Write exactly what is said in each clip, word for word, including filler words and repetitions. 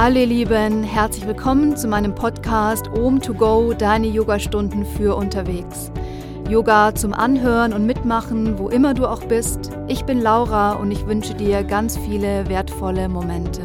Hallo ihr Lieben, herzlich willkommen zu meinem Podcast Om to Go, deine Yogastunden für unterwegs. Yoga zum Anhören und Mitmachen, wo immer du auch bist. Ich bin Laura und ich wünsche dir ganz viele wertvolle Momente.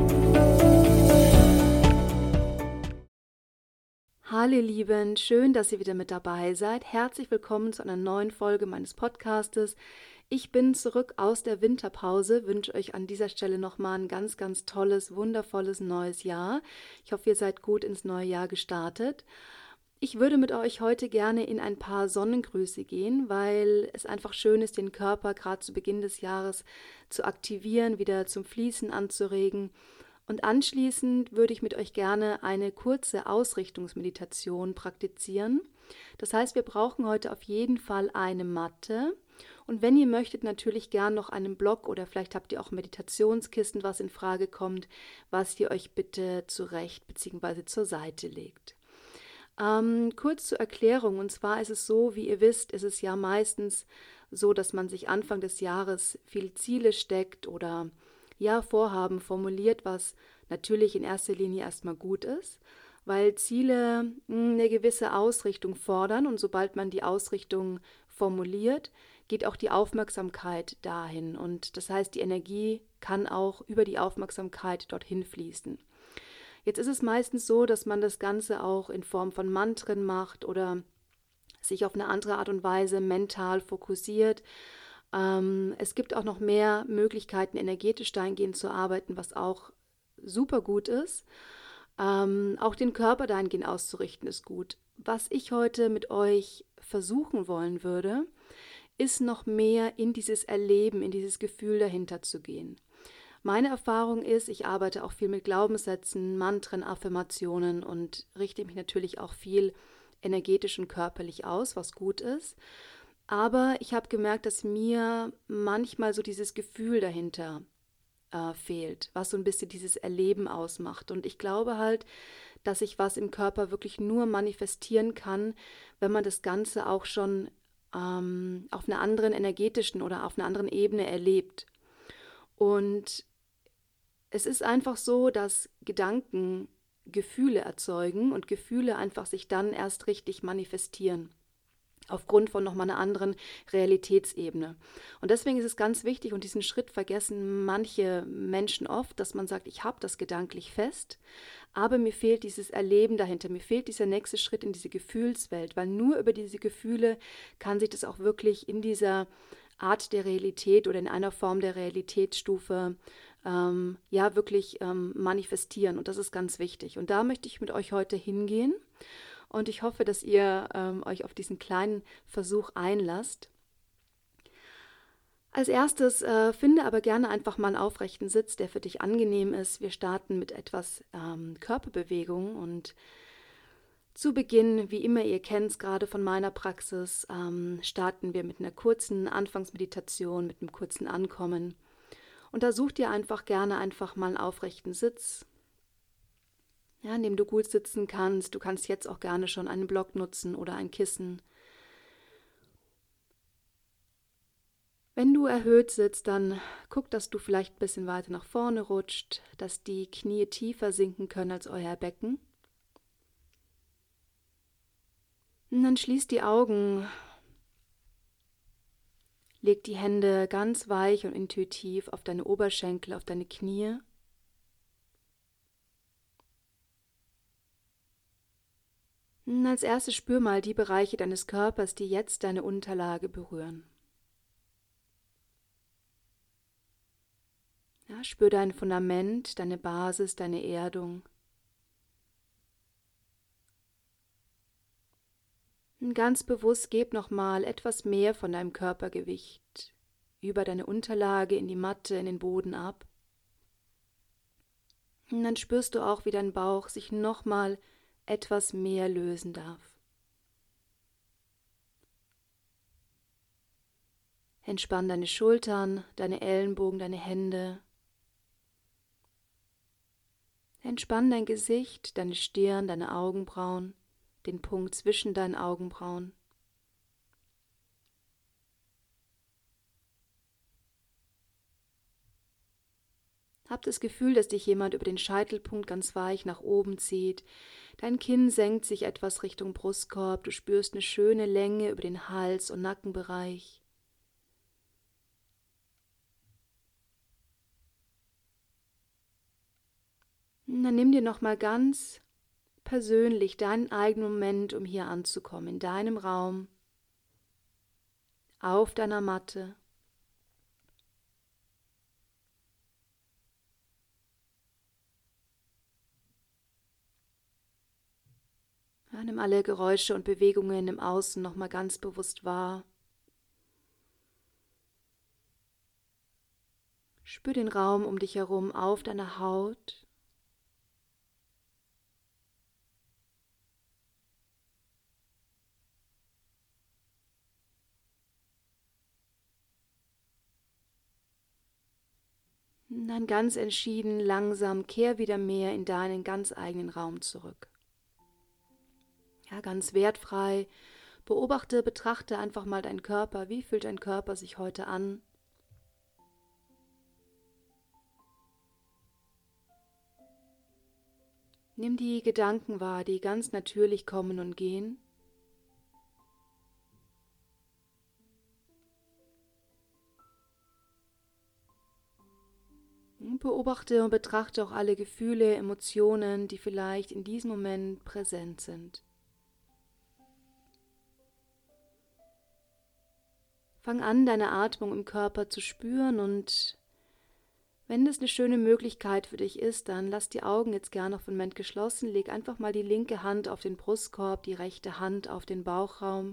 Hallo ihr Lieben, schön, dass ihr wieder mit dabei seid. Herzlich willkommen zu einer neuen Folge meines Podcastes. Ich bin zurück aus der Winterpause, wünsche euch an dieser Stelle nochmal ein ganz, ganz tolles, wundervolles neues Jahr. Ich hoffe, ihr seid gut ins neue Jahr gestartet. Ich würde mit euch heute gerne in ein paar Sonnengrüße gehen, weil es einfach schön ist, den Körper gerade zu Beginn des Jahres zu aktivieren, wieder zum Fließen anzuregen. Und anschließend würde ich mit euch gerne eine kurze Ausrichtungsmeditation praktizieren. Das heißt, wir brauchen heute auf jeden Fall eine Matte. Und wenn ihr möchtet, natürlich gern noch einen Block oder vielleicht habt ihr auch Meditationskissen, was in Frage kommt, was ihr euch bitte zurecht bzw. zur Seite legt. Ähm, kurz zur Erklärung, und zwar ist es so, wie ihr wisst, ist es ja meistens so, dass man sich Anfang des Jahres viele Ziele steckt oder ja, Vorhaben formuliert, was natürlich in erster Linie erstmal gut ist, weil Ziele mh, eine gewisse Ausrichtung fordern und sobald man die Ausrichtung formuliert, geht auch die Aufmerksamkeit dahin und das heißt, die Energie kann auch über die Aufmerksamkeit dorthin fließen. Jetzt ist es meistens so, dass man das Ganze auch in Form von Mantren macht oder sich auf eine andere Art und Weise mental fokussiert. Ähm, es gibt auch noch mehr Möglichkeiten, energetisch dahingehend zu arbeiten, was auch super gut ist. Ähm, auch den Körper dahingehend auszurichten ist gut. Was ich heute mit euch versuchen wollen würde, ist noch mehr in dieses Erleben, in dieses Gefühl dahinter zu gehen. Meine Erfahrung ist, ich arbeite auch viel mit Glaubenssätzen, Mantren, Affirmationen und richte mich natürlich auch viel energetisch und körperlich aus, was gut ist. Aber ich habe gemerkt, dass mir manchmal so dieses Gefühl dahinter äh, fehlt, was so ein bisschen dieses Erleben ausmacht. Und ich glaube halt, dass sich was im Körper wirklich nur manifestieren kann, wenn man das Ganze auch schon ähm, auf einer anderen energetischen oder auf einer anderen Ebene erlebt. Und es ist einfach so, dass Gedanken Gefühle erzeugen und Gefühle einfach sich dann erst richtig manifestieren. Aufgrund von nochmal einer anderen Realitätsebene. Und deswegen ist es ganz wichtig, und diesen Schritt vergessen manche Menschen oft, dass man sagt, ich habe das gedanklich fest, aber mir fehlt dieses Erleben dahinter, mir fehlt dieser nächste Schritt in diese Gefühlswelt, weil nur über diese Gefühle kann sich das auch wirklich in dieser Art der Realität oder in einer Form der Realitätsstufe ähm, ja wirklich ähm, manifestieren. Und das ist ganz wichtig. Und da möchte ich mit euch heute hingehen. Und ich hoffe, dass ihr ähm, euch auf diesen kleinen Versuch einlasst. Als erstes äh, finde aber gerne einfach mal einen aufrechten Sitz, der für dich angenehm ist. Wir starten mit etwas ähm, Körperbewegung und zu Beginn, wie immer ihr kennt es gerade von meiner Praxis, ähm, starten wir mit einer kurzen Anfangsmeditation, mit einem kurzen Ankommen. Und da sucht ihr einfach gerne einfach mal einen aufrechten Sitz, ja, in dem du gut sitzen kannst. Du kannst jetzt auch gerne schon einen Block nutzen oder ein Kissen. Wenn du erhöht sitzt, dann guck, dass du vielleicht ein bisschen weiter nach vorne rutscht, dass die Knie tiefer sinken können als euer Becken. Und dann schließ die Augen, leg die Hände ganz weich und intuitiv auf deine Oberschenkel, auf deine Knie. Und als erstes spür mal die Bereiche deines Körpers, die jetzt deine Unterlage berühren. Ja, spür dein Fundament, deine Basis, deine Erdung. Und ganz bewusst gib nochmal etwas mehr von deinem Körpergewicht über deine Unterlage in die Matte, in den Boden ab. Und dann spürst du auch, wie dein Bauch sich nochmal etwas mehr lösen darf. Entspann deine Schultern, deine Ellenbogen, deine Hände. Entspann dein Gesicht, deine Stirn, deine Augenbrauen, den Punkt zwischen deinen Augenbrauen. Hab das Gefühl, dass dich jemand über den Scheitelpunkt ganz weich nach oben zieht. Dein Kinn senkt sich etwas Richtung Brustkorb. Du spürst eine schöne Länge über den Hals- und Nackenbereich. Und dann nimm dir nochmal ganz persönlich deinen eigenen Moment, um hier anzukommen, in deinem Raum, auf deiner Matte. Ja, nimm alle Geräusche und Bewegungen im Außen nochmal ganz bewusst wahr. Spür den Raum um dich herum auf deiner Haut. Und dann ganz entschieden, langsam, kehr wieder mehr in deinen ganz eigenen Raum zurück. Ja, ganz wertfrei. Beobachte, betrachte einfach mal deinen Körper. Wie fühlt dein Körper sich heute an? Nimm die Gedanken wahr, die ganz natürlich kommen und gehen. Beobachte und betrachte auch alle Gefühle, Emotionen, die vielleicht in diesem Moment präsent sind. Fang an, deine Atmung im Körper zu spüren und wenn das eine schöne Möglichkeit für dich ist, dann lass die Augen jetzt gerne noch für einen Moment geschlossen. Leg einfach mal die linke Hand auf den Brustkorb, die rechte Hand auf den Bauchraum.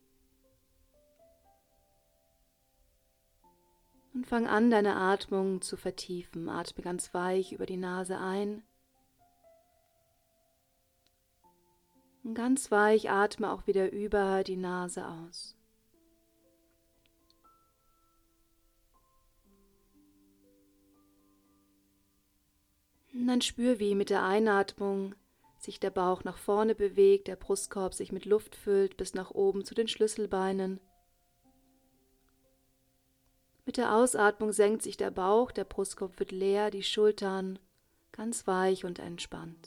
Und fang an, deine Atmung zu vertiefen. Atme ganz weich über die Nase ein. Und ganz weich atme auch wieder über die Nase aus. Und dann spür, wie mit der Einatmung sich der Bauch nach vorne bewegt, der Brustkorb sich mit Luft füllt bis nach oben zu den Schlüsselbeinen. Mit der Ausatmung senkt sich der Bauch, der Brustkorb wird leer, die Schultern ganz weich und entspannt.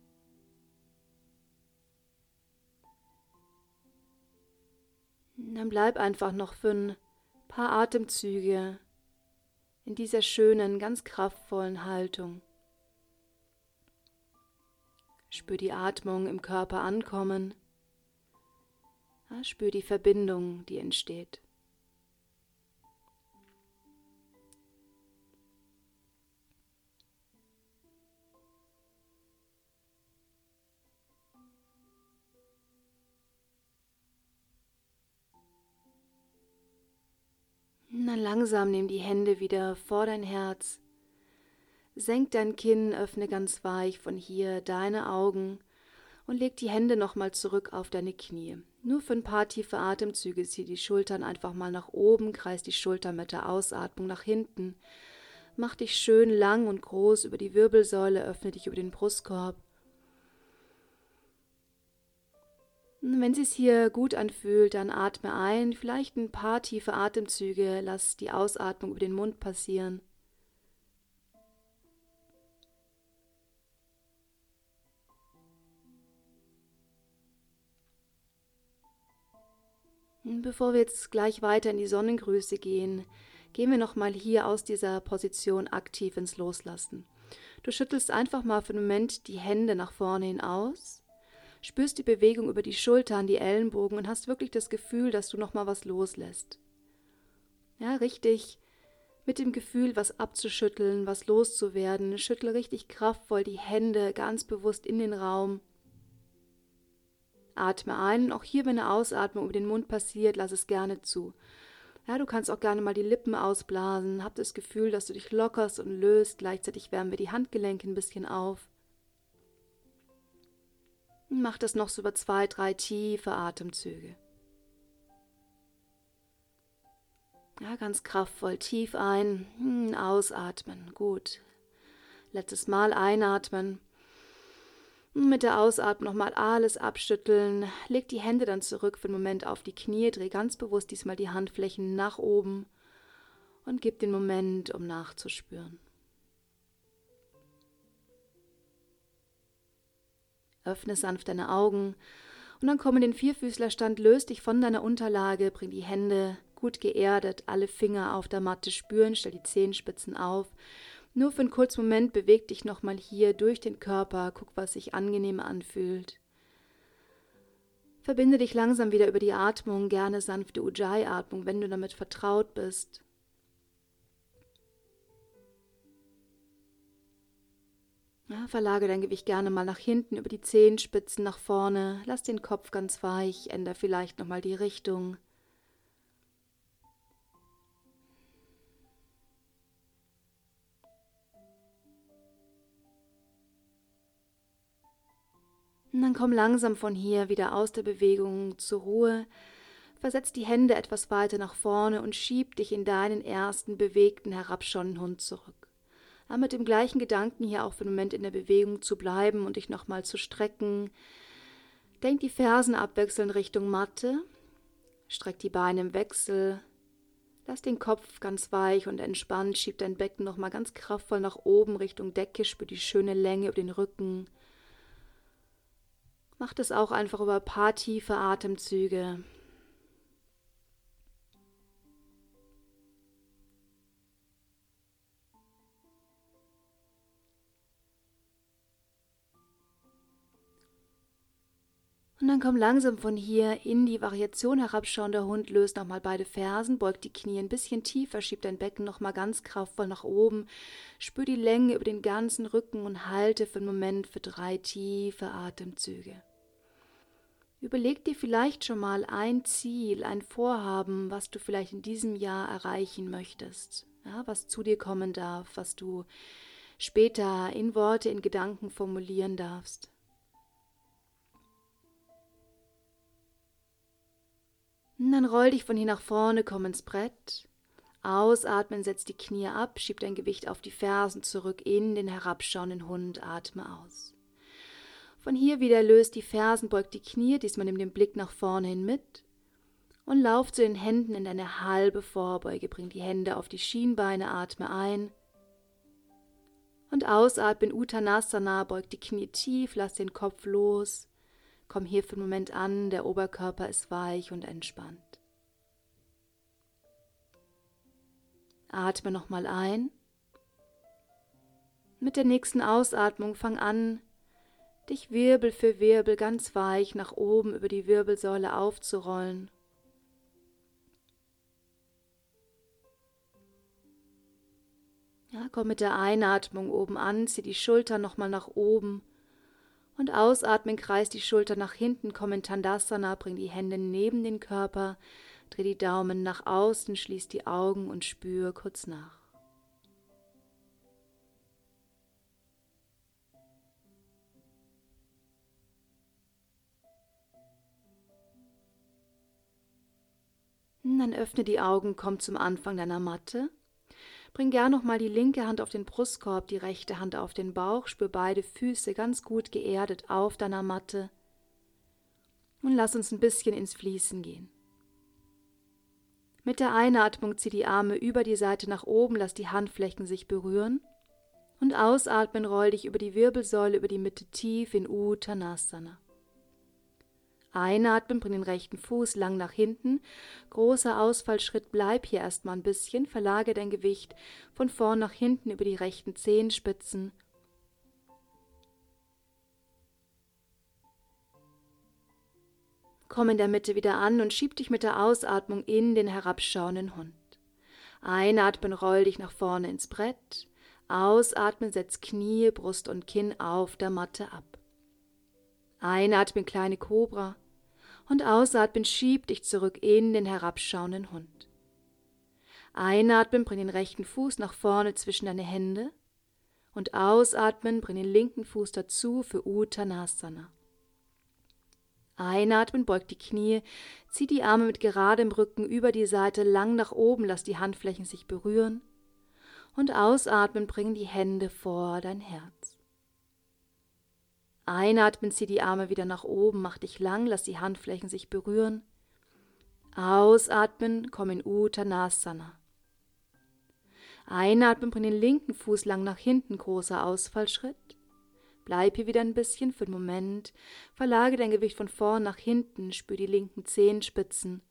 Und dann bleib einfach noch für ein paar Atemzüge in dieser schönen, ganz kraftvollen Haltung. Spür die Atmung im Körper ankommen. Ja, spür die Verbindung, die entsteht. Und dann langsam nimm die Hände wieder vor dein Herz. Senk dein Kinn, öffne ganz weich von hier deine Augen und leg die Hände nochmal zurück auf deine Knie. Nur für ein paar tiefe Atemzüge zieh die Schultern einfach mal nach oben, kreis die Schultern mit der Ausatmung nach hinten. Mach dich schön lang und groß über die Wirbelsäule, öffne dich über den Brustkorb. Und wenn es sich hier gut anfühlt, dann atme ein, vielleicht ein paar tiefe Atemzüge, lass die Ausatmung über den Mund passieren. Bevor wir jetzt gleich weiter in die Sonnengrüße gehen, gehen wir nochmal hier aus dieser Position aktiv ins Loslassen. Du schüttelst einfach mal für einen Moment die Hände nach vorne hin aus, spürst die Bewegung über die Schultern, die Ellenbogen und hast wirklich das Gefühl, dass du nochmal was loslässt. Ja, richtig mit dem Gefühl, was abzuschütteln, was loszuwerden. Schüttle richtig kraftvoll die Hände ganz bewusst in den Raum. Atme ein und auch hier, wenn eine Ausatmung über den Mund passiert, lass es gerne zu. Ja, du kannst auch gerne mal die Lippen ausblasen. Hab das Gefühl, dass du dich lockerst und löst. Gleichzeitig wärmen wir die Handgelenke ein bisschen auf. Mach das noch so über zwei, drei tiefe Atemzüge. Ja, ganz kraftvoll. Tief ein, ausatmen. Gut. Letztes Mal einatmen. Mit der Ausatmung nochmal alles abschütteln. Leg die Hände dann zurück für einen Moment auf die Knie. Dreh ganz bewusst diesmal die Handflächen nach oben und gib den Moment, um nachzuspüren. Öffne sanft deine Augen und dann komm in den Vierfüßlerstand, löst dich von deiner Unterlage, bring die Hände gut geerdet, alle Finger auf der Matte spüren, stell die Zehenspitzen auf. Nur für einen kurzen Moment beweg dich nochmal hier durch den Körper, guck, was sich angenehm anfühlt. Verbinde dich langsam wieder über die Atmung, gerne sanfte Ujjayi-Atmung, wenn du damit vertraut bist. Ja, verlagere dein Gewicht gerne mal nach hinten, über die Zehenspitzen nach vorne. Lass den Kopf ganz weich, ändere vielleicht nochmal die Richtung. Und dann komm langsam von hier wieder aus der Bewegung zur Ruhe. Versetz die Hände etwas weiter nach vorne und schieb dich in deinen ersten bewegten, herabschauenden Hund zurück. Ja, mit dem gleichen Gedanken hier auch für einen Moment in der Bewegung zu bleiben und dich nochmal zu strecken. Denk die Fersen abwechselnd Richtung Matte. Streck die Beine im Wechsel. Lass den Kopf ganz weich und entspannt. Schieb dein Becken nochmal ganz kraftvoll nach oben Richtung Decke. Spür die schöne Länge über den Rücken. Mach das auch einfach über ein paar tiefe Atemzüge. Und dann komm langsam von hier in die Variation herabschauender Hund, löst nochmal beide Fersen, beug die Knie ein bisschen tiefer, schieb dein Becken nochmal ganz kraftvoll nach oben, spür die Länge über den ganzen Rücken und halte für einen Moment für drei tiefe Atemzüge. Überleg dir vielleicht schon mal ein Ziel, ein Vorhaben, was du vielleicht in diesem Jahr erreichen möchtest, ja, was zu dir kommen darf, was du später in Worte, in Gedanken formulieren darfst. Und dann roll dich von hier nach vorne, komm ins Brett. Ausatmen, setz die Knie ab, schieb dein Gewicht auf die Fersen zurück in den herabschauenden Hund, atme aus. Von hier wieder löst die Fersen, beug die Knie, diesmal nimm den Blick nach vorne hin mit und lauf zu den Händen in deine halbe Vorbeuge. Bring die Hände auf die Schienbeine, atme ein und ausatmen, Uttanasana, beug die Knie tief, lass den Kopf los. Komm hier für einen Moment an, der Oberkörper ist weich und entspannt. Atme nochmal ein. Mit der nächsten Ausatmung fang an, dich Wirbel für Wirbel ganz weich nach oben über die Wirbelsäule aufzurollen. Ja, komm mit der Einatmung oben an, zieh die Schultern nochmal nach oben. Und ausatmen, kreis die Schulter nach hinten, komm in Tandasana, bring die Hände neben den Körper, dreh die Daumen nach außen, schließ die Augen und spür kurz nach. Und dann öffne die Augen, komm zum Anfang deiner Matte. Bring gern nochmal die linke Hand auf den Brustkorb, die rechte Hand auf den Bauch, spür beide Füße ganz gut geerdet auf deiner Matte und lass uns ein bisschen ins Fließen gehen. Mit der Einatmung zieh die Arme über die Seite nach oben, lass die Handflächen sich berühren und ausatmen, roll dich über die Wirbelsäule, über die Mitte tief in Uttanasana. Einatmen, bring den rechten Fuß lang nach hinten, großer Ausfallschritt, bleib hier erstmal ein bisschen, verlagere dein Gewicht von vorn nach hinten über die rechten Zehenspitzen. Komm in der Mitte wieder an und schieb dich mit der Ausatmung in den herabschauenden Hund. Einatmen, roll dich nach vorne ins Brett, ausatmen, setz Knie, Brust und Kinn auf der Matte ab. Einatmen, kleine Kobra. Und ausatmen, schieb dich zurück in den herabschauenden Hund. Einatmen, bring den rechten Fuß nach vorne zwischen deine Hände. Und ausatmen, bring den linken Fuß dazu für Uttanasana. Einatmen, beug die Knie, zieh die Arme mit geradem Rücken über die Seite lang nach oben, lass die Handflächen sich berühren. Und ausatmen, bring die Hände vor dein Herz. Einatmen, zieh die Arme wieder nach oben, mach dich lang, lass die Handflächen sich berühren. Ausatmen, komm in Uttanasana. Einatmen, bring den linken Fuß lang nach hinten, großer Ausfallschritt. Bleib hier wieder ein bisschen für einen Moment. Verlage dein Gewicht von vorn nach hinten. Spür die linken Zehenspitzen.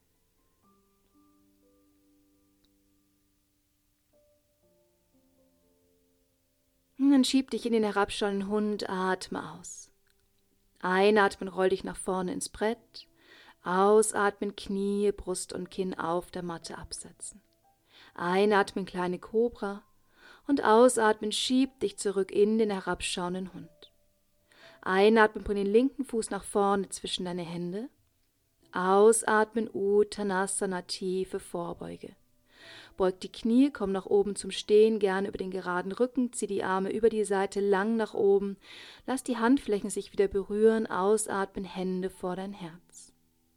Und dann schieb dich in den herabschauenden Hund. Atme aus. Einatmen, roll dich nach vorne ins Brett. Ausatmen, Knie, Brust und Kinn auf der Matte absetzen. Einatmen, kleine Kobra. Und ausatmen, schieb dich zurück in den herabschauenden Hund. Einatmen, bring den linken Fuß nach vorne zwischen deine Hände. Ausatmen, Uttanasana, tiefe Vorbeuge. Beug die Knie, komm nach oben zum Stehen, gerne über den geraden Rücken, zieh die Arme über die Seite lang nach oben. Lass die Handflächen sich wieder berühren, ausatmen, Hände vor dein Herz.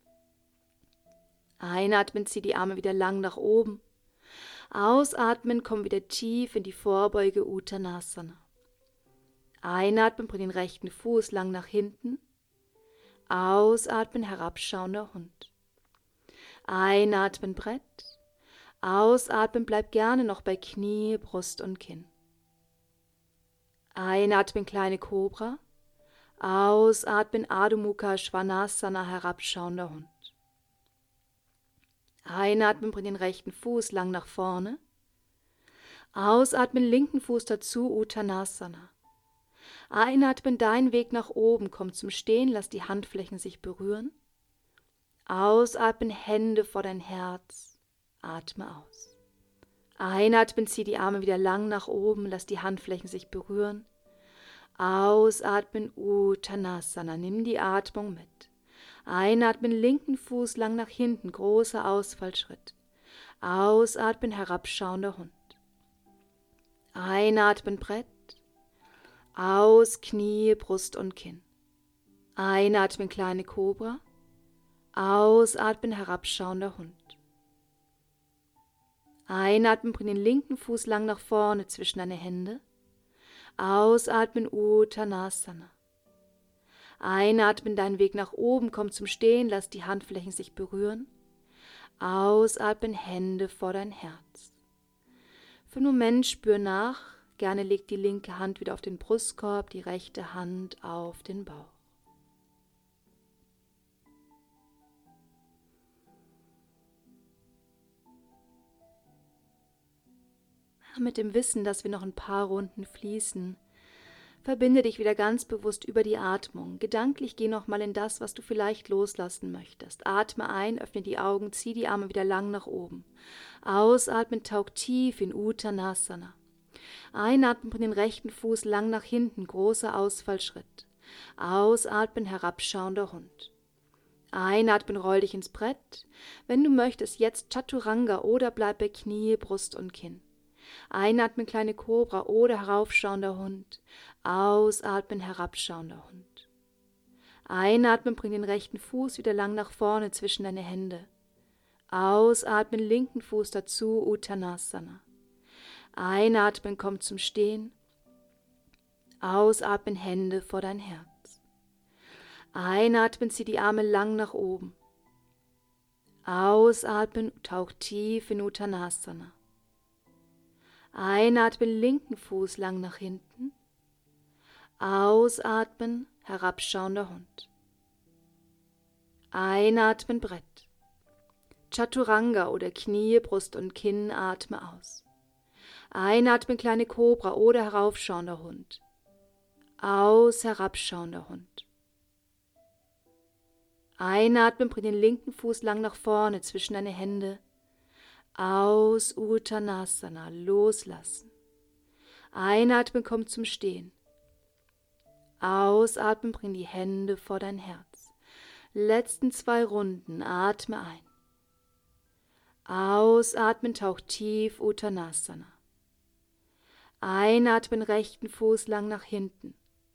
Einatmen, zieh die Arme wieder lang nach oben. Ausatmen, komm wieder tief in die Vorbeuge Uttanasana. Einatmen, bring den rechten Fuß lang nach hinten. Ausatmen, herabschauender Hund. Einatmen, Brett. Ausatmen, bleib gerne noch bei Knie, Brust und Kinn. Einatmen, kleine Kobra. Ausatmen, Adho Mukha Svanasana, herabschauender Hund. Einatmen, bring den rechten Fuß lang nach vorne. Ausatmen, linken Fuß dazu, Uttanasana. Einatmen, dein Weg nach oben, komm zum Stehen, lass die Handflächen sich berühren. Ausatmen, Hände vor dein Herz, atme aus. Einatmen, zieh die Arme wieder lang nach oben, lass die Handflächen sich berühren. Ausatmen, Uttanasana, nimm die Atmung mit. Einatmen, linken Fuß lang nach hinten, großer Ausfallschritt. Ausatmen, herabschauender Hund. Einatmen, Brett. Aus, Knie, Brust und Kinn. Einatmen, kleine Kobra. Ausatmen, herabschauender Hund. Einatmen, bring den linken Fuß lang nach vorne zwischen deine Hände. Ausatmen, Uttanasana. Einatmen, deinen Weg nach oben, komm zum Stehen, lass die Handflächen sich berühren. Ausatmen, Hände vor dein Herz. Für einen Moment spür nach. Gerne leg die linke Hand wieder auf den Brustkorb, die rechte Hand auf den Bauch. Mit dem Wissen, dass wir noch ein paar Runden fließen, verbinde dich wieder ganz bewusst über die Atmung. Gedanklich geh nochmal in das, was du vielleicht loslassen möchtest. Atme ein, öffne die Augen, zieh die Arme wieder lang nach oben. Ausatmen, tauch tief in Uttanasana. Einatmen, bring den rechten Fuß lang nach hinten, großer Ausfallschritt. Ausatmen, herabschauender Hund. Einatmen, roll dich ins Brett. Wenn du möchtest, jetzt Chaturanga oder bleib bei Knie, Brust und Kinn. Einatmen, kleine Kobra oder heraufschauender Hund. Ausatmen, herabschauender Hund. Einatmen, bring den rechten Fuß wieder lang nach vorne zwischen deine Hände. Ausatmen, linken Fuß dazu, Uttanasana. Einatmen, komm zum Stehen. Ausatmen, Hände vor dein Herz. Einatmen, zieh die Arme lang nach oben. Ausatmen, tauch tief in Uttanasana. Einatmen, linken Fuß lang nach hinten. Ausatmen, herabschauender Hund. Einatmen, Brett. Chaturanga oder Knie, Brust und Kinn, atme aus. Einatmen, kleine Kobra oder heraufschauender Hund. Aus, herabschauender Hund. Einatmen, bring den linken Fuß lang nach vorne zwischen deine Hände. Aus, Uttanasana, loslassen. Einatmen, komm zum Stehen. Ausatmen, bring die Hände vor dein Herz. Letzten zwei Runden, atme ein. Ausatmen, tauch tief, Uttanasana. Einatmen, rechten Fuß lang nach hinten.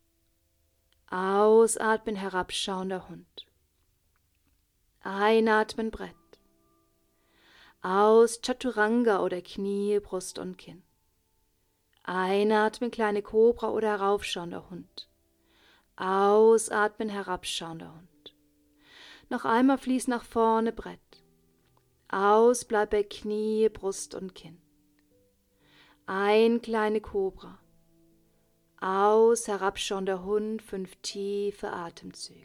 Ausatmen, herabschauender Hund. Einatmen, Brett. Aus, Chaturanga oder Knie, Brust und Kinn. Einatmen, kleine Kobra oder heraufschauender Hund. Ausatmen, herabschauender Hund. Noch einmal fließ nach vorne, Brett. Aus, bleib bei Knie, Brust und Kinn. Ein, kleine Kobra. Aus, herabschauender Hund, fünf tiefe Atemzüge.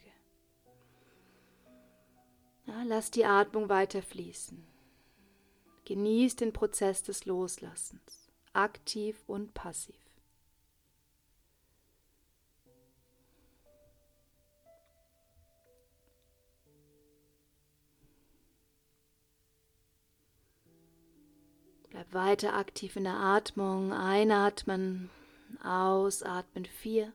Ja, lass die Atmung weiter fließen. Genieß den Prozess des Loslassens, aktiv und passiv. Bleib weiter aktiv in der Atmung. Einatmen, ausatmen vier.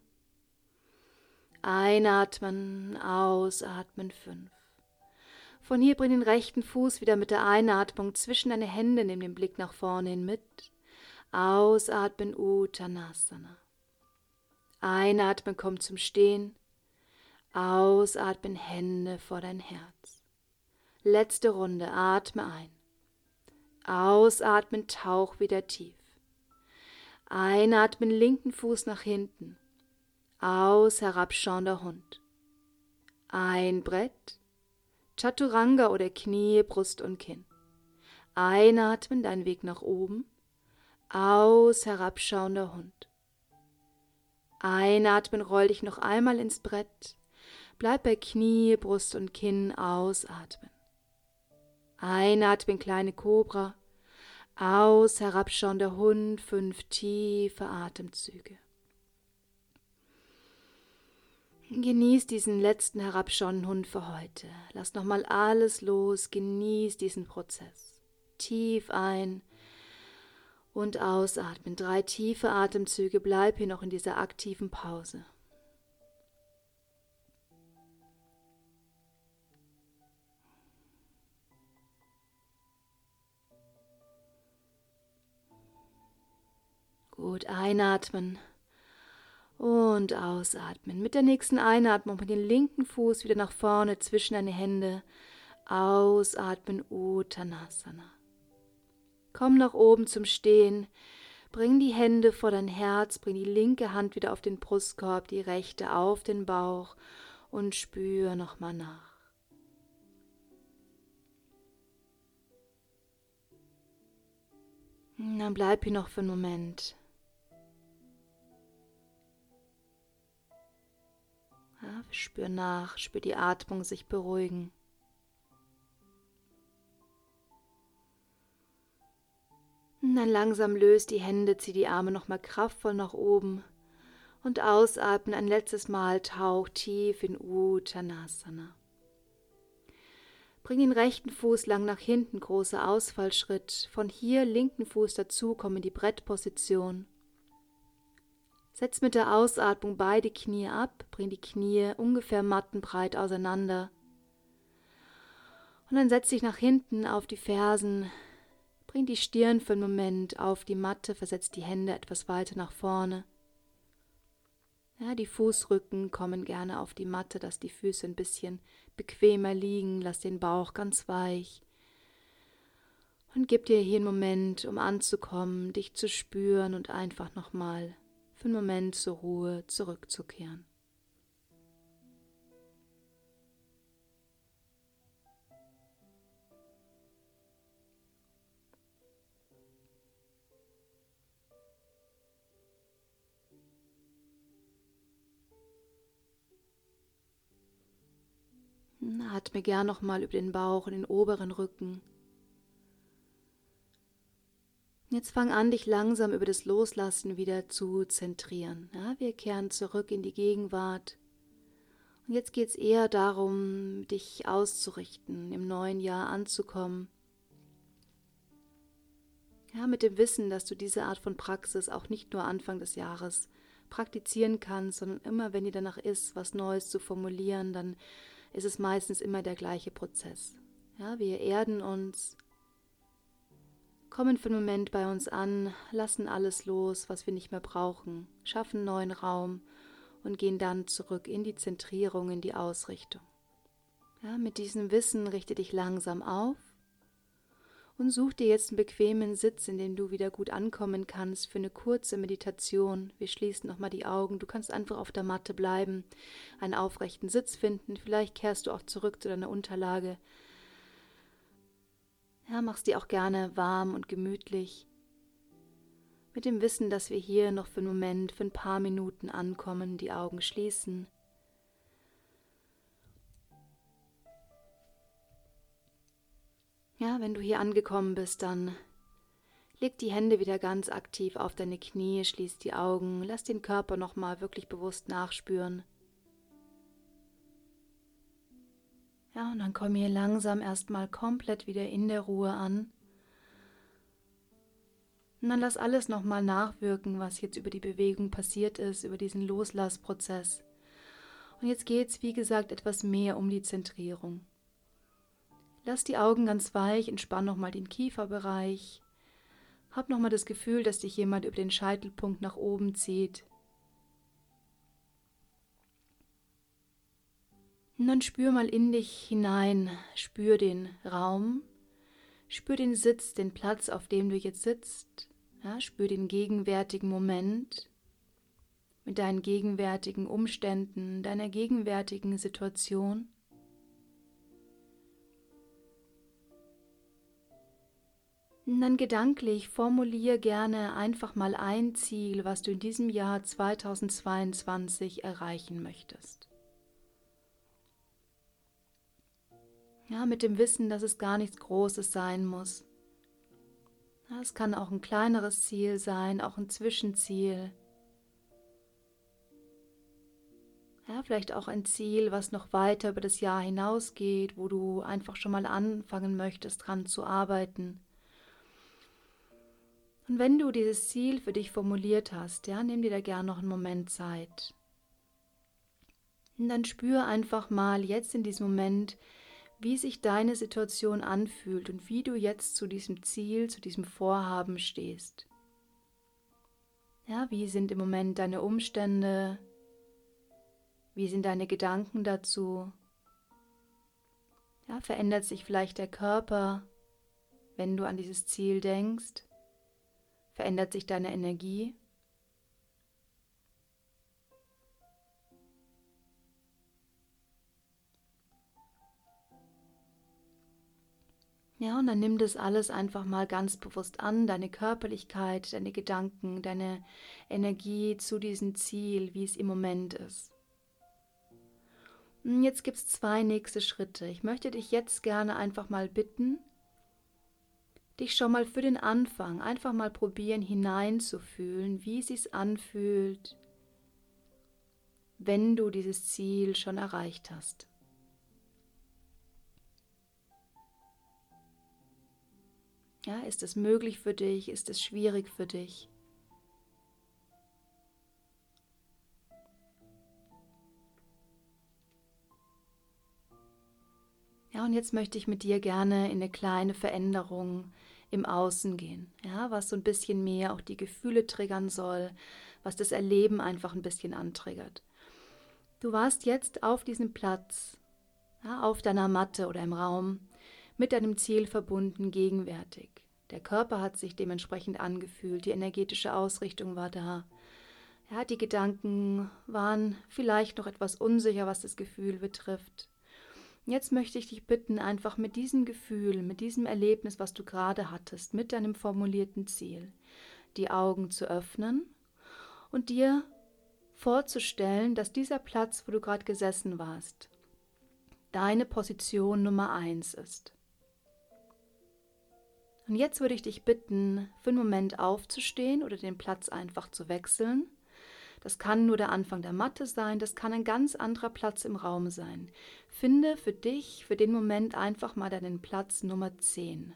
Einatmen, ausatmen fünf. Von hier bring den rechten Fuß wieder mit der Einatmung zwischen deine Hände, nimm den Blick nach vorne hin mit. Ausatmen, Uttanasana. Einatmen, komm zum Stehen. Ausatmen, Hände vor dein Herz. Letzte Runde, atme ein. Ausatmen, tauch wieder tief. Einatmen, linken Fuß nach hinten. Aus, herabschauender Hund. Ein Brett. Chaturanga oder Knie, Brust und Kinn. Einatmen, dein Weg nach oben. Aus, herabschauender Hund. Einatmen, roll dich noch einmal ins Brett. Bleib bei Knie, Brust und Kinn, ausatmen. Einatmen, kleine Kobra. Aus, herabschauender Hund, fünf tiefe Atemzüge. Genieß diesen letzten herabschauenden Hund für heute. Lass nochmal alles los, genieß diesen Prozess. Tief ein und ausatmen. Drei tiefe Atemzüge, bleib hier noch in dieser aktiven Pause. Gut, einatmen. Und ausatmen. Mit der nächsten Einatmung mit den linken Fuß wieder nach vorne zwischen deine Hände. Ausatmen, Uttanasana. Komm nach oben zum Stehen. Bring die Hände vor dein Herz, bring die linke Hand wieder auf den Brustkorb, die rechte auf den Bauch und spür nochmal nach. Dann bleib hier noch für einen Moment. Ja, spür nach, spür die Atmung sich beruhigen. Und dann langsam löst die Hände, zieh die Arme nochmal kraftvoll nach oben und ausatmen ein letztes Mal, tauch tief in Uttanasana. Bring den rechten Fuß lang nach hinten, großer Ausfallschritt. Von hier linken Fuß dazu, komm in die Brettposition. Setz mit der Ausatmung beide Knie ab, bring die Knie ungefähr mattenbreit auseinander. Und dann setz dich nach hinten auf die Fersen, bring die Stirn für einen Moment auf die Matte, versetz die Hände etwas weiter nach vorne. Ja, die Fußrücken kommen gerne auf die Matte, dass die Füße ein bisschen bequemer liegen, lass den Bauch ganz weich. Und gib dir hier einen Moment, um anzukommen, dich zu spüren und einfach nochmal für einen Moment zur Ruhe zurückzukehren. Atme gern nochmal über den Bauch und den oberen Rücken. Jetzt fang an, dich langsam über das Loslassen wieder zu zentrieren. Ja, wir kehren zurück in die Gegenwart. Und jetzt geht es eher darum, dich auszurichten, im neuen Jahr anzukommen. Ja, mit dem Wissen, dass du diese Art von Praxis auch nicht nur Anfang des Jahres praktizieren kannst, sondern immer, wenn dir danach ist, was Neues zu formulieren, dann ist es meistens immer der gleiche Prozess. Ja, wir erden uns, kommen für einen Moment bei uns an, lassen alles los, was wir nicht mehr brauchen, schaffen neuen Raum und gehen dann zurück in die Zentrierung, in die Ausrichtung. Ja, mit diesem Wissen richte dich langsam auf und such dir jetzt einen bequemen Sitz, in dem du wieder gut ankommen kannst für eine kurze Meditation. Wir schließen nochmal die Augen, du kannst einfach auf der Matte bleiben, einen aufrechten Sitz finden, vielleicht kehrst du auch zurück zu deiner Unterlage. Ja, machst dir auch gerne warm und gemütlich. Mit dem Wissen, dass wir hier noch für einen Moment, für ein paar Minuten ankommen, die Augen schließen. Ja, wenn du hier angekommen bist, dann leg die Hände wieder ganz aktiv auf deine Knie, schließ die Augen, lass den Körper nochmal wirklich bewusst nachspüren. Ja, und dann komm hier langsam erstmal komplett wieder in der Ruhe an. Und dann lass alles nochmal nachwirken, was jetzt über die Bewegung passiert ist, über diesen Loslassprozess. Und jetzt geht es, wie gesagt, etwas mehr um die Zentrierung. Lass die Augen ganz weich, entspann nochmal den Kieferbereich. Hab nochmal das Gefühl, dass dich jemand über den Scheitelpunkt nach oben zieht. Und dann spür mal in dich hinein, spür den Raum, spür den Sitz, den Platz, auf dem du jetzt sitzt. Ja, spür den gegenwärtigen Moment mit deinen gegenwärtigen Umständen, deiner gegenwärtigen Situation. Und dann gedanklich formulier gerne einfach mal ein Ziel, was du in diesem Jahr zweitausendzweiundzwanzig erreichen möchtest. Ja, mit dem Wissen, dass es gar nichts Großes sein muss. Ja, es kann auch ein kleineres Ziel sein, auch ein Zwischenziel. Ja, vielleicht auch ein Ziel, was noch weiter über das Jahr hinausgeht, wo du einfach schon mal anfangen möchtest, dran zu arbeiten. Und wenn du dieses Ziel für dich formuliert hast, ja, nimm dir da gerne noch einen Moment Zeit. Und dann spür einfach mal jetzt in diesem Moment, wie sich deine Situation anfühlt und wie du jetzt zu diesem Ziel, zu diesem Vorhaben stehst. Ja, wie sind im Moment deine Umstände? Wie sind deine Gedanken dazu? Ja, verändert sich vielleicht der Körper, wenn du an dieses Ziel denkst? Verändert sich deine Energie? Ja, und dann nimm das alles einfach mal ganz bewusst an, deine Körperlichkeit, deine Gedanken, deine Energie zu diesem Ziel, wie es im Moment ist. Und jetzt gibt es zwei nächste Schritte. Ich möchte dich jetzt gerne einfach mal bitten, dich schon mal für den Anfang einfach mal probieren hineinzufühlen, wie es sich anfühlt, wenn du dieses Ziel schon erreicht hast. Ja, ist es möglich für dich? Ist es schwierig für dich? Ja, und jetzt möchte ich mit dir gerne in eine kleine Veränderung im Außen gehen, ja, was so ein bisschen mehr auch die Gefühle triggern soll, was das Erleben einfach ein bisschen antriggert. Du warst jetzt auf diesem Platz, ja, auf deiner Matte oder im Raum, mit deinem Ziel verbunden, gegenwärtig. Der Körper hat sich dementsprechend angefühlt, die energetische Ausrichtung war da. Ja, die Gedanken waren vielleicht noch etwas unsicher, was das Gefühl betrifft. Jetzt möchte ich dich bitten, einfach mit diesem Gefühl, mit diesem Erlebnis, was du gerade hattest, mit deinem formulierten Ziel, die Augen zu öffnen und dir vorzustellen, dass dieser Platz, wo du gerade gesessen warst, deine Position Nummer eins ist. Und jetzt würde ich dich bitten, für einen Moment aufzustehen oder den Platz einfach zu wechseln. Das kann nur der Anfang der Matte sein, das kann ein ganz anderer Platz im Raum sein. Finde für dich, für den Moment einfach mal deinen Platz Nummer zehn.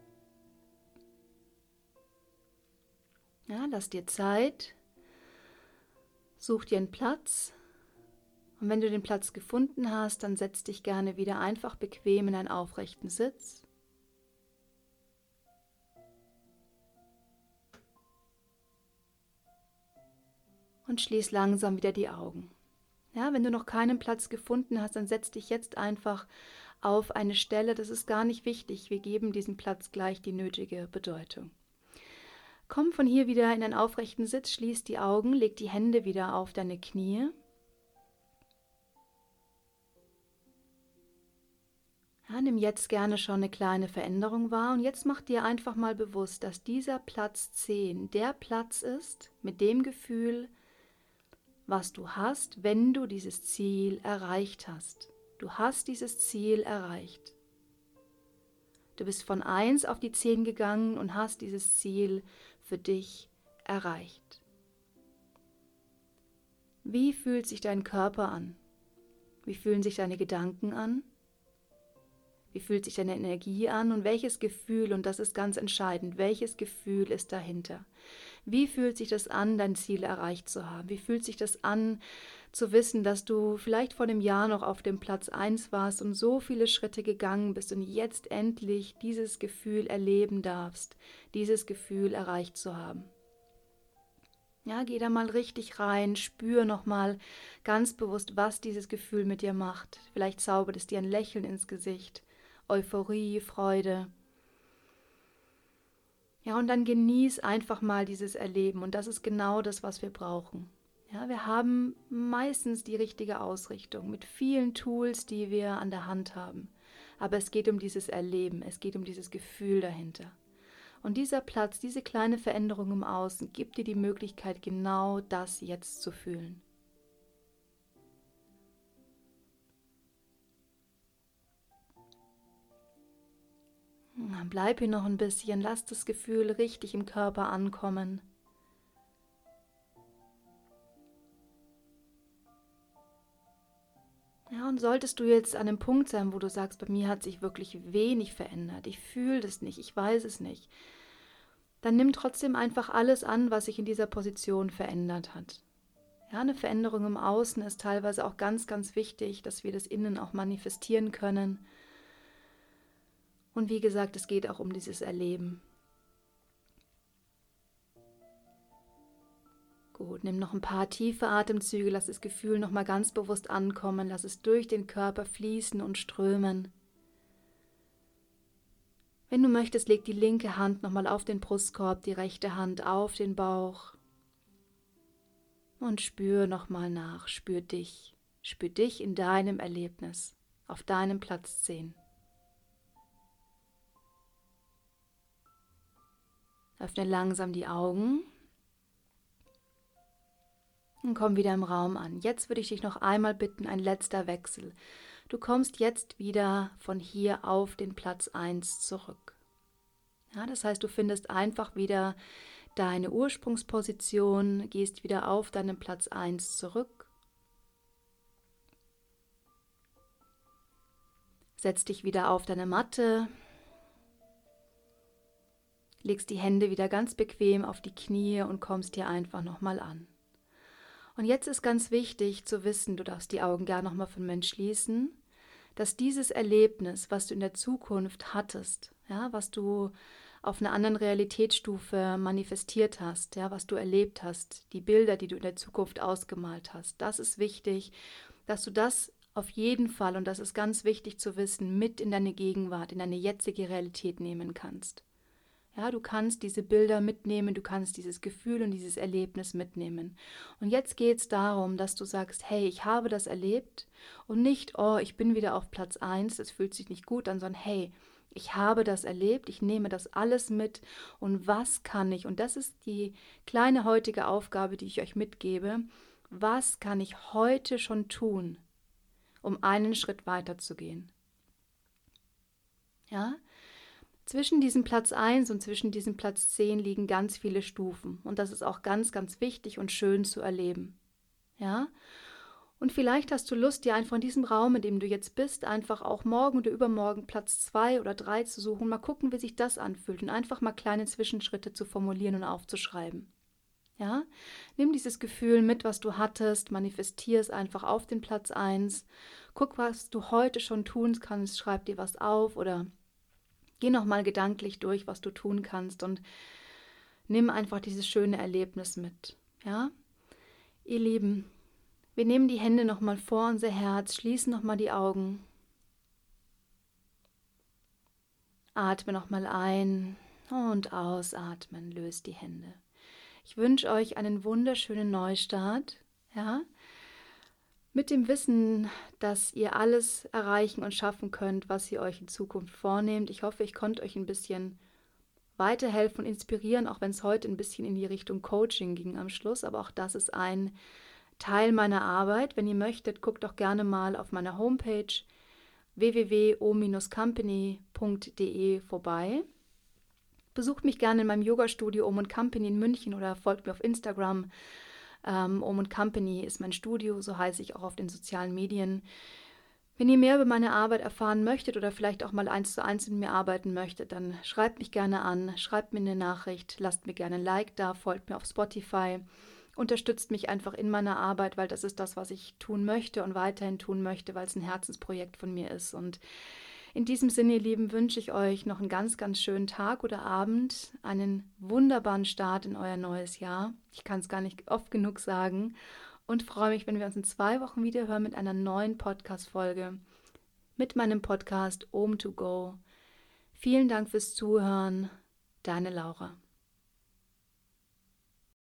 Ja, lass dir Zeit, such dir einen Platz und wenn du den Platz gefunden hast, dann setz dich gerne wieder einfach bequem in einen aufrechten Sitz. Und schließ langsam wieder die Augen. Ja, wenn du noch keinen Platz gefunden hast, dann setz dich jetzt einfach auf eine Stelle. Das ist gar nicht wichtig. Wir geben diesem Platz gleich die nötige Bedeutung. Komm von hier wieder in einen aufrechten Sitz, schließ die Augen, leg die Hände wieder auf deine Knie. Ja, nimm jetzt gerne schon eine kleine Veränderung wahr und jetzt mach dir einfach mal bewusst, dass dieser Platz zehn der Platz ist mit dem Gefühl, was du hast, wenn du dieses Ziel erreicht hast. Du hast dieses Ziel erreicht. Du bist von eins auf die zehn gegangen und hast dieses Ziel für dich erreicht. Wie fühlt sich dein Körper an? Wie fühlen sich deine Gedanken an? Wie fühlt sich deine Energie an und welches Gefühl, und das ist ganz entscheidend, welches Gefühl ist dahinter? Wie fühlt sich das an, dein Ziel erreicht zu haben? Wie fühlt sich das an, zu wissen, dass du vielleicht vor einem Jahr noch auf dem Platz eins warst und so viele Schritte gegangen bist und jetzt endlich dieses Gefühl erleben darfst, dieses Gefühl erreicht zu haben? Ja, geh da mal richtig rein, spür nochmal ganz bewusst, was dieses Gefühl mit dir macht. Vielleicht zaubert es dir ein Lächeln ins Gesicht. Euphorie, Freude. Ja, und dann genieß einfach mal dieses Erleben und das ist genau das, was wir brauchen. Ja, wir haben meistens die richtige Ausrichtung mit vielen Tools, die wir an der Hand haben. Aber es geht um dieses Erleben, es geht um dieses Gefühl dahinter. Und dieser Platz, diese kleine Veränderung im Außen gibt dir die Möglichkeit, genau das jetzt zu fühlen. Bleib hier noch ein bisschen, lass das Gefühl richtig im Körper ankommen. Ja, und solltest du jetzt an einem Punkt sein, wo du sagst, bei mir hat sich wirklich wenig verändert, ich fühle das nicht, ich weiß es nicht, dann nimm trotzdem einfach alles an, was sich in dieser Position verändert hat. Ja, eine Veränderung im Außen ist teilweise auch ganz, ganz wichtig, dass wir das Innen auch manifestieren können. Und wie gesagt, es geht auch um dieses Erleben. Gut, nimm noch ein paar tiefe Atemzüge, lass das Gefühl nochmal ganz bewusst ankommen, lass es durch den Körper fließen und strömen. Wenn du möchtest, leg die linke Hand nochmal auf den Brustkorb, die rechte Hand auf den Bauch und spür nochmal nach, spür dich, spür dich in deinem Erlebnis, auf deinem Platz zehn. Öffne langsam die Augen und komm wieder im Raum an. Jetzt würde ich dich noch einmal bitten, ein letzter Wechsel. Du kommst jetzt wieder von hier auf den Platz eins zurück. Ja, das heißt, du findest einfach wieder deine Ursprungsposition, gehst wieder auf deinen Platz eins zurück. Setz dich wieder auf deine Matte. Legst die Hände wieder ganz bequem auf die Knie und kommst hier einfach nochmal an. Und jetzt ist ganz wichtig zu wissen, du darfst die Augen gerne nochmal für einen Moment schließen, dass dieses Erlebnis, was du in der Zukunft hattest, ja, was du auf einer anderen Realitätsstufe manifestiert hast, ja, was du erlebt hast, die Bilder, die du in der Zukunft ausgemalt hast, das ist wichtig, dass du das auf jeden Fall, und das ist ganz wichtig zu wissen, mit in deine Gegenwart, in deine jetzige Realität nehmen kannst. Ja, du kannst diese Bilder mitnehmen, du kannst dieses Gefühl und dieses Erlebnis mitnehmen. Und jetzt geht es darum, dass du sagst, hey, ich habe das erlebt und nicht, oh, ich bin wieder auf Platz eins, das fühlt sich nicht gut an, sondern hey, ich habe das erlebt, ich nehme das alles mit und was kann ich, und das ist die kleine heutige Aufgabe, die ich euch mitgebe, was kann ich heute schon tun, um einen Schritt weiter zu gehen? Ja, zwischen diesem Platz eins und zwischen diesem Platz zehn liegen ganz viele Stufen und das ist auch ganz, ganz wichtig und schön zu erleben. Ja? Und vielleicht hast du Lust, dir einfach in diesem Raum, in dem du jetzt bist, einfach auch morgen oder übermorgen Platz zwei oder drei zu suchen, mal gucken, wie sich das anfühlt und einfach mal kleine Zwischenschritte zu formulieren und aufzuschreiben. Ja? Nimm dieses Gefühl mit, was du hattest, manifestier es einfach auf den Platz eins, guck, was du heute schon tun kannst, schreib dir was auf oder geh nochmal gedanklich durch, was du tun kannst und nimm einfach dieses schöne Erlebnis mit. Ja? Ihr Lieben, wir nehmen die Hände nochmal vor unser Herz, schließen nochmal die Augen. Atme nochmal ein und ausatmen, löst die Hände. Ich wünsche euch einen wunderschönen Neustart. Ja? Mit dem Wissen, dass ihr alles erreichen und schaffen könnt, was ihr euch in Zukunft vornehmt. Ich hoffe, ich konnte euch ein bisschen weiterhelfen und inspirieren, auch wenn es heute ein bisschen in die Richtung Coaching ging am Schluss. Aber auch das ist ein Teil meiner Arbeit. Wenn ihr möchtet, guckt doch gerne mal auf meiner Homepage w w w punkt o company punkt d e vorbei. Besucht mich gerne in meinem Yoga-Studio Om und Company in München oder folgt mir auf Instagram. Ähm, Om und Company ist mein Studio, so heiße ich auch auf den sozialen Medien. Wenn ihr mehr über meine Arbeit erfahren möchtet oder vielleicht auch mal eins zu eins mit mir arbeiten möchtet, dann schreibt mich gerne an, schreibt mir eine Nachricht, lasst mir gerne ein Like da, folgt mir auf Spotify, unterstützt mich einfach in meiner Arbeit, weil das ist das, was ich tun möchte und weiterhin tun möchte, weil es ein Herzensprojekt von mir ist. Und in diesem Sinne, ihr Lieben, wünsche ich euch noch einen ganz, ganz schönen Tag oder Abend, einen wunderbaren Start in euer neues Jahr. Ich kann es gar nicht oft genug sagen und freue mich, wenn wir uns in zwei Wochen wieder hören mit einer neuen Podcast-Folge, mit meinem Podcast Om to Go. Vielen Dank fürs Zuhören, deine Laura.